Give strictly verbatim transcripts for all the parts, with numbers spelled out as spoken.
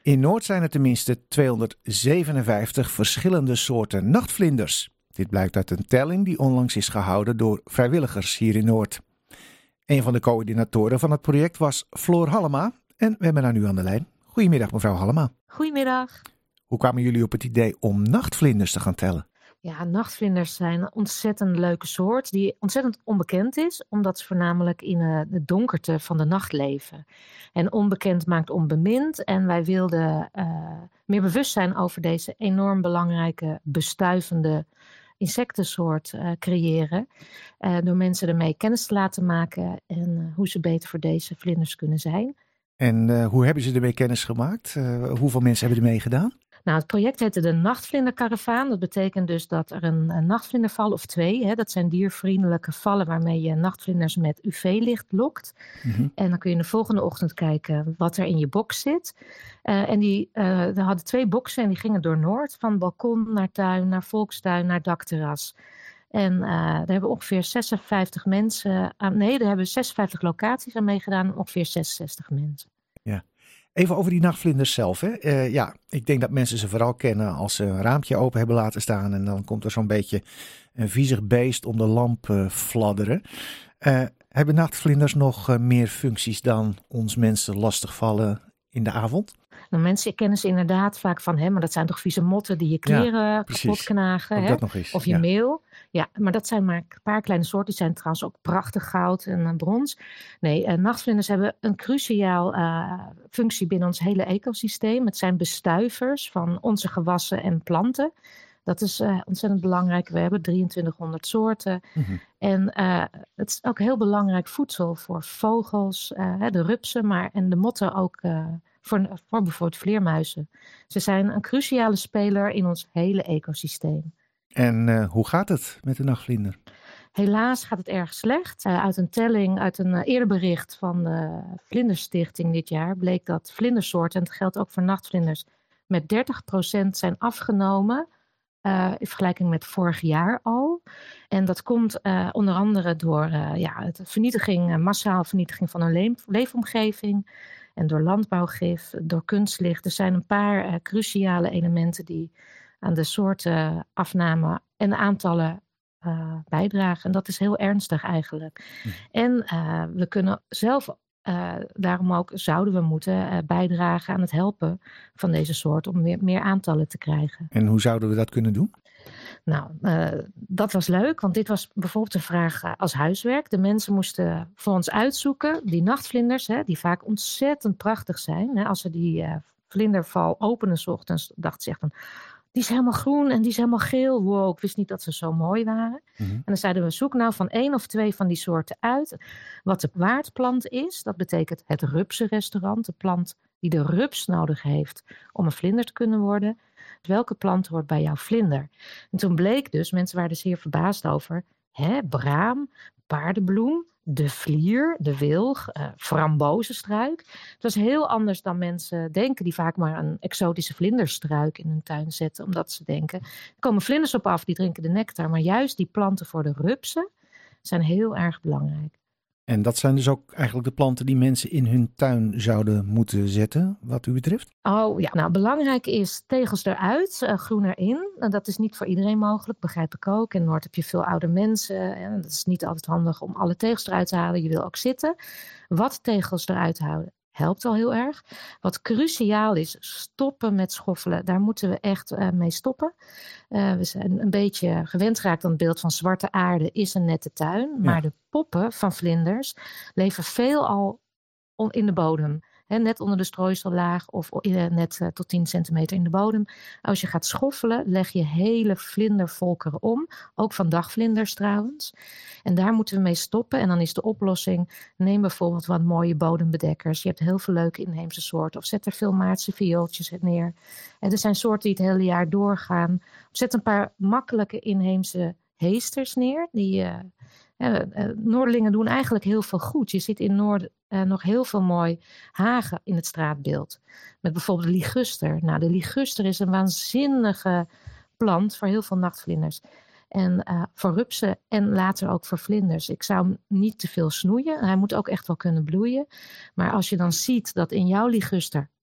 In Noord zijn er tenminste tweehonderdzevenenvijftig verschillende soorten nachtvlinders. Dit blijkt uit een telling die onlangs is gehouden door vrijwilligers hier in Noord. Een van de coördinatoren van het project was Floor Hallema en we hebben haar nu aan de lijn. Goedemiddag mevrouw Hallema. Goedemiddag. Hoe kwamen jullie op het idee om nachtvlinders te gaan tellen? Ja, nachtvlinders zijn een ontzettend leuke soort die ontzettend onbekend is, omdat ze voornamelijk in uh, de donkerte van de nacht leven. En onbekend maakt onbemind en wij wilden uh, meer bewust zijn over deze enorm belangrijke bestuivende insectensoort uh, creëren. Uh, door mensen ermee kennis te laten maken en uh, hoe ze beter voor deze vlinders kunnen zijn. En uh, hoe hebben ze ermee kennis gemaakt? Uh, hoeveel mensen hebben ermee gedaan? Nou, het project heette de Nachtvlinderkaravaan. Dat betekent dus dat er een, een nachtvlinderval of twee, hè, dat zijn diervriendelijke vallen waarmee je nachtvlinders met U V-licht lokt. Mm-hmm. En dan kun je de volgende ochtend kijken wat er in je box zit. Uh, en die uh, we hadden twee boxen en die gingen door Noord, van balkon naar tuin, naar volkstuin, naar dakterras. En uh, daar hebben ongeveer zesenvijftig mensen aan, nee, daar hebben zesenvijftig locaties aan meegedaan, ongeveer zesenzestig mensen. Ja. Even over die nachtvlinders zelf. Hè. Uh, ja, ik denk dat mensen ze vooral kennen als ze een raampje open hebben laten staan. En dan komt er zo'n beetje een viezig beest om de lamp uh, fladderen. Uh, hebben nachtvlinders nog uh, meer functies dan ons mensen lastigvallen in de avond? Nou, mensen kennen ze inderdaad vaak van, hè, maar dat zijn toch vieze motten die je kleren ja, kapot knagen. Hè? Dat nog eens. Of je ja. meel. Ja, maar dat zijn maar een paar kleine soorten. Die zijn trouwens ook prachtig goud en uh, brons. Nee, uh, nachtvlinders hebben een cruciaal uh, functie binnen ons hele ecosysteem. Het zijn bestuivers van onze gewassen en planten. Dat is uh, ontzettend belangrijk. We hebben drieëntwintighonderd soorten. Mm-hmm. En uh, het is ook heel belangrijk voedsel voor vogels, uh, de rupsen, maar en de motten ook uh, voor, voor bijvoorbeeld vleermuizen. Ze zijn een cruciale speler in ons hele ecosysteem. En uh, hoe gaat het met de nachtvlinder? Helaas gaat het erg slecht. Uh, uit een telling, uit een uh, eerder bericht van de Vlinderstichting dit jaar bleek dat vlindersoorten, en het geldt ook voor nachtvlinders, met dertig procent zijn afgenomen. Uh, in vergelijking met vorig jaar al. En dat komt uh, onder andere door uh, ja, het vernietiging, uh, massaal vernietiging van een leef- leefomgeving. En door landbouwgif, door kunstlicht. Er zijn een paar uh, cruciale elementen die aan de soortenafname en de aantallen uh, bijdragen. En dat is heel ernstig eigenlijk. Mm. En uh, we kunnen zelf, uh, daarom ook zouden we moeten uh, bijdragen aan het helpen van deze soort om meer, meer aantallen te krijgen. En hoe zouden we dat kunnen doen? Nou, uh, dat was leuk, want dit was bijvoorbeeld een vraag uh, als huiswerk. De mensen moesten voor ons uitzoeken, die nachtvlinders, hè, die vaak ontzettend prachtig zijn. Hè, als ze die uh, vlinderval openen 's ochtends, dachten ze echt van, die is helemaal groen en die is helemaal geel. Wow, ik wist niet dat ze zo mooi waren. Mm-hmm. En dan zeiden we, zoek nou van één of twee van die soorten uit wat de waardplant is. Dat betekent het rupsenrestaurant, de plant die de rups nodig heeft om een vlinder te kunnen worden. Welke plant hoort bij jouw vlinder? En toen bleek dus, mensen waren er zeer verbaasd over, hè, braam, paardenbloem, de vlier, de wilg, uh, frambozenstruik. Het was heel anders dan mensen denken, die vaak maar een exotische vlinderstruik in hun tuin zetten, omdat ze denken, er komen vlinders op af, die drinken de nectar. Maar juist die planten voor de rupsen zijn heel erg belangrijk. En dat zijn dus ook eigenlijk de planten die mensen in hun tuin zouden moeten zetten, wat u betreft? Oh ja, nou belangrijk is tegels eruit, uh, groen erin. En dat is niet voor iedereen mogelijk, begrijp ik ook. In Noord heb je veel oude mensen en dat is niet altijd handig om alle tegels eruit te halen. Je wil ook zitten. Wat tegels eruit houden helpt al heel erg. Wat cruciaal is, stoppen met schoffelen. Daar moeten we echt uh, mee stoppen. Uh, we zijn een beetje gewend geraakt aan het beeld van zwarte aarde is een nette tuin. Ja. Maar de poppen van vlinders leven veelal in de bodem. He, net onder de strooisellaag of uh, net uh, tot tien centimeter in de bodem. Als je gaat schoffelen, leg je hele vlindervolkeren om. Ook van dagvlinders trouwens. En daar moeten we mee stoppen. En dan is de oplossing, neem bijvoorbeeld wat mooie bodembedekkers. Je hebt heel veel leuke inheemse soorten. Of zet er veel maartse viooltjes neer. En er zijn soorten die het hele jaar doorgaan. Of zet een paar makkelijke inheemse heesters neer. Die... Uh, Uh, uh, Noorderlingen doen eigenlijk heel veel goed. Je ziet in Noord uh, nog heel veel mooi hagen in het straatbeeld. Met bijvoorbeeld de liguster. Nou, de liguster is een waanzinnige plant voor heel veel nachtvlinders. En uh, voor rupsen en later ook voor vlinders. Ik zou hem niet te veel snoeien. Hij moet ook echt wel kunnen bloeien. Maar als je dan ziet dat in jouw liguster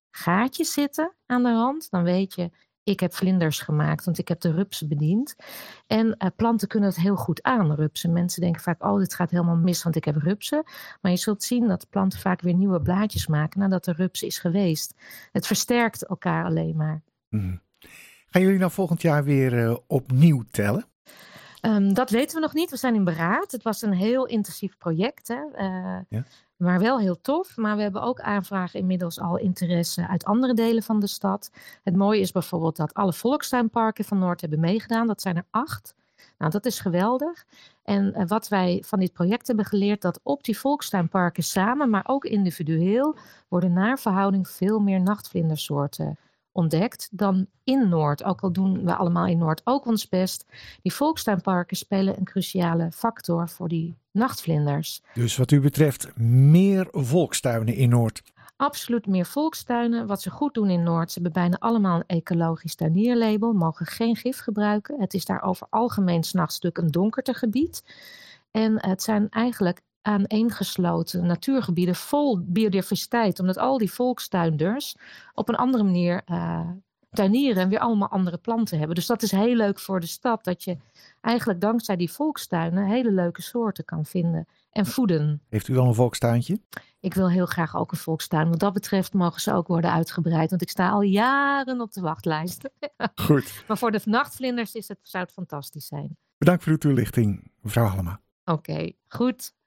gaatjes zitten aan de rand, dan weet je, ik heb vlinders gemaakt, want ik heb de rupsen bediend. En uh, planten kunnen het heel goed aan, rupsen. Mensen denken vaak, oh, dit gaat helemaal mis, want ik heb rupsen. Maar je zult zien dat planten vaak weer nieuwe blaadjes maken nadat de rups is geweest. Het versterkt elkaar alleen maar. Mm. Gaan jullie nou volgend jaar weer uh, opnieuw tellen? Um, dat weten we nog niet. We zijn in beraad. Het was een heel intensief project, hè? Uh, ja. Maar wel heel tof. Maar we hebben ook aanvragen inmiddels al interesse uit andere delen van de stad. Het mooie is bijvoorbeeld dat alle volkstuinparken van Noord hebben meegedaan. Dat zijn er acht. Nou, dat is geweldig. En uh, wat wij van dit project hebben geleerd, dat op die volkstuinparken samen, maar ook individueel, worden naar verhouding veel meer nachtvlindersoorten ontdekt dan in Noord. Ook al doen we allemaal in Noord ook ons best. Die volkstuinparken spelen een cruciale factor voor die nachtvlinders. Dus wat u betreft meer volkstuinen in Noord? Absoluut meer volkstuinen. Wat ze goed doen in Noord, ze hebben bijna allemaal een ecologisch tuinierlabel, mogen geen gif gebruiken. Het is daar over algemeen 's nachts natuurlijk een donkertegebied. En het zijn eigenlijk aaneengesloten natuurgebieden vol biodiversiteit, omdat al die volkstuinders op een andere manier uh, tuinieren en weer allemaal andere planten hebben. Dus dat is heel leuk voor de stad, dat je eigenlijk dankzij die volkstuinen hele leuke soorten kan vinden en voeden. Heeft u al een volkstuintje? Ik wil heel graag ook een volkstuin. Wat dat betreft mogen ze ook worden uitgebreid, want ik sta al jaren op de wachtlijst. Goed. Maar voor de nachtvlinders is het, zou het fantastisch zijn. Bedankt voor uw toelichting, mevrouw Halema. Oké, okay, goed.